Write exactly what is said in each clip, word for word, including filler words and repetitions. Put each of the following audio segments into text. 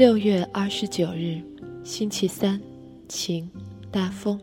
六月二十九日，星期三，晴，大风。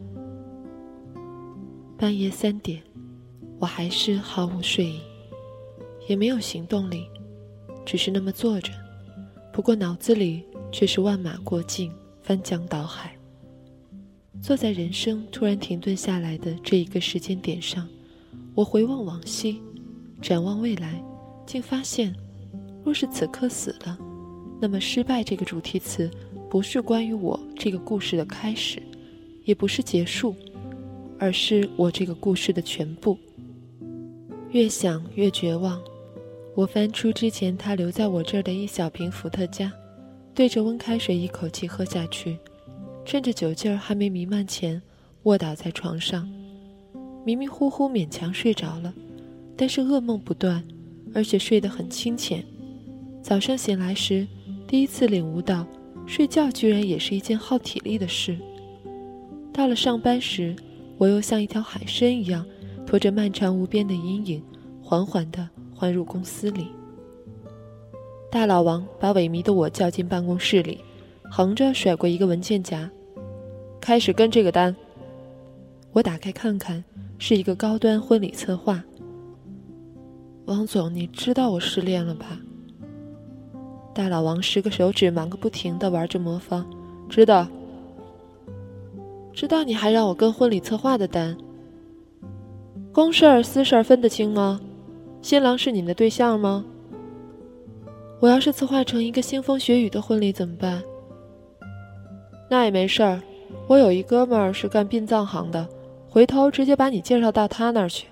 半夜三点，我还是毫无睡意，也没有行动力，只是那么坐着，不过脑子里却是万马过境，翻江倒海。坐在人生突然停顿下来的这一个时间点上，我回望往昔，展望未来，竟发现，若是此刻死了，那么失败这个主题词不是关于我这个故事的开始，也不是结束，而是我这个故事的全部。越想越绝望，我翻出之前他留在我这儿的一小瓶伏特加，对着温开水一口气喝下去，趁着酒劲儿还没弥漫前卧倒在床上，迷迷糊糊勉强睡着了，但是噩梦不断，而且睡得很清浅。早上醒来时，第一次领悟到睡觉居然也是一件耗体力的事。到了上班时，我又像一条海参一样，拖着漫长无边的阴影，缓缓地缓入公司里。大老王把萎靡的我叫进办公室里，横着甩过一个文件夹，开始跟这个单。我打开看看，是一个高端婚礼策划。王总，你知道我失恋了吧？大老王十个手指忙个不停地玩着魔方。知道。知道你还让我跟婚礼策划的单。公事儿私事儿分得清吗？新郎是你的对象吗？我要是策划成一个腥风血雨的婚礼怎么办？那也没事儿，我有一哥们儿是干殡葬行的，回头直接把你介绍到他那儿去。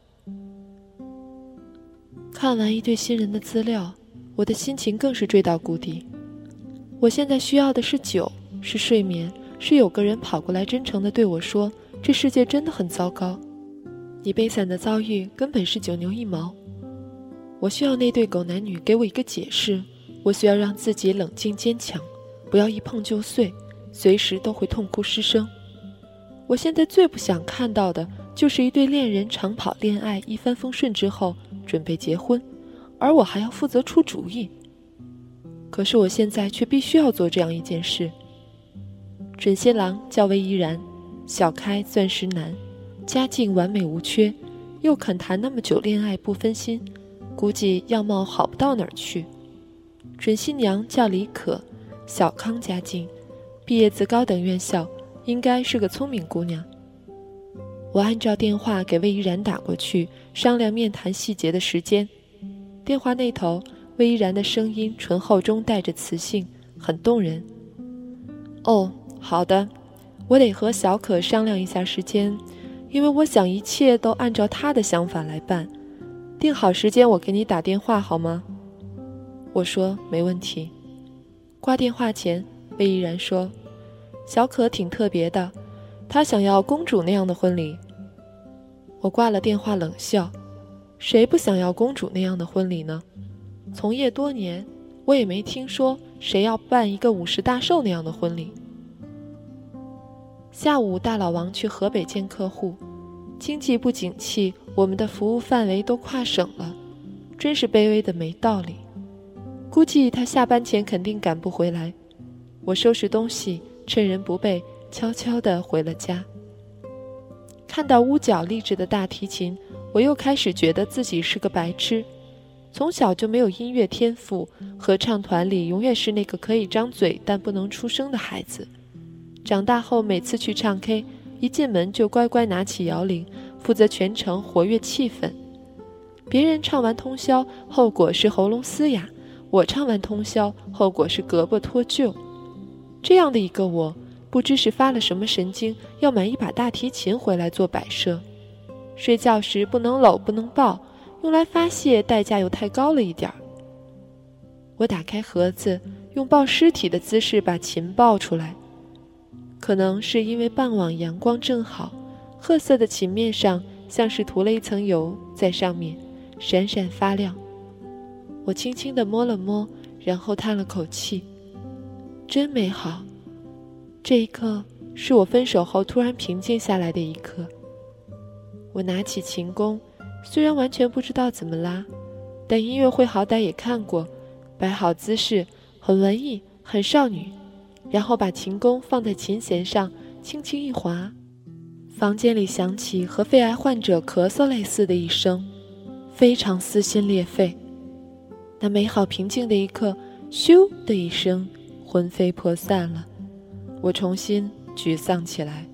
看完一对新人的资料，我的心情更是坠到谷底。我现在需要的是酒，是睡眠，是有个人跑过来真诚地对我说，这世界真的很糟糕，你悲惨的遭遇根本是九牛一毛。我需要那对狗男女给我一个解释，我需要让自己冷静坚强，不要一碰就碎，随时都会痛哭失声。我现在最不想看到的就是一对恋人长跑恋爱一帆风顺之后准备结婚，而我还要负责出主意。可是我现在却必须要做这样一件事。准新郎叫魏依然，小开钻石男，家境完美无缺，又肯谈那么久恋爱不分心，估计样貌好不到哪儿去。准新娘叫李可，小康家境，毕业自高等院校，应该是个聪明姑娘。我按照电话给魏依然打过去，商量面谈细节的时间。电话那头，魏依然的声音醇厚中带着磁性，很动人。哦，好的，我得和小可商量一下时间，因为我想一切都按照他的想法来办。定好时间我给你打电话好吗？我说没问题。挂电话前，魏依然说，小可挺特别的，她想要公主那样的婚礼。我挂了电话冷笑，谁不想要公主那样的婚礼呢？从业多年，我也没听说谁要办一个五十大寿那样的婚礼。下午大老王去河北见客户，经济不景气，我们的服务范围都跨省了，真是卑微的没道理。估计他下班前肯定赶不回来。我收拾东西，趁人不备，悄悄地回了家。看到屋角立着的大提琴，我又开始觉得自己是个白痴。从小就没有音乐天赋，合唱团里永远是那个可以张嘴但不能出声的孩子。长大后每次去唱 K， 一进门就乖乖拿起摇铃，负责全程活跃气氛。别人唱完通宵，后果是喉咙嘶哑，我唱完通宵，后果是胳膊脱臼。这样的一个我，不知是发了什么神经，要买一把大提琴回来做摆设。睡觉时不能搂不能抱，用来发泄代价又太高了一点儿。我打开盒子，用抱尸体的姿势把琴抱出来。可能是因为傍晚阳光正好，褐色的琴面上像是涂了一层油在上面，闪闪发亮。我轻轻地摸了摸，然后叹了口气，真美好。这一刻是我分手后突然平静下来的一刻。我拿起琴弓，虽然完全不知道怎么拉，但音乐会好歹也看过，摆好姿势，很文艺， 很少女，然后把琴弓放在琴弦上，轻轻一划，房间里响起和肺癌患者咳嗽类似的一声，非常撕心裂肺。那美好平静的一刻，咻的一声，魂飞魄散了，我重新沮丧起来。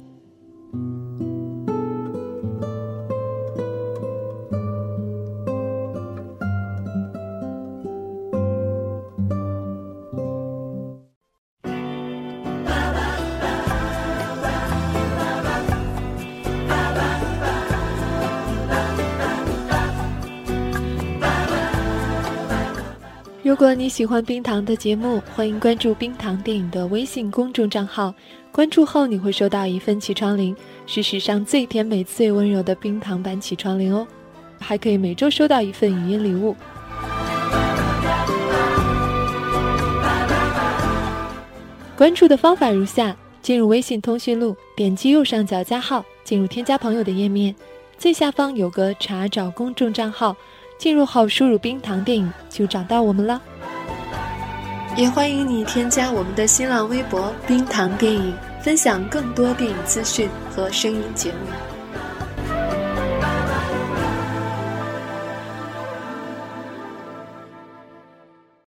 如果你喜欢冰糖的节目，欢迎关注冰糖电影的微信公众账号，关注后你会收到一份起床铃，是史上最甜美最温柔的冰糖版起床铃哦，还可以每周收到一份语音礼物。关注的方法如下：进入微信通讯录，点击右上角加号，进入添加朋友的页面，最下方有个查找公众账号，进入后输入冰糖电影就找到我们了。也欢迎你添加我们的新浪微博冰糖电影，分享更多电影资讯和声音节目。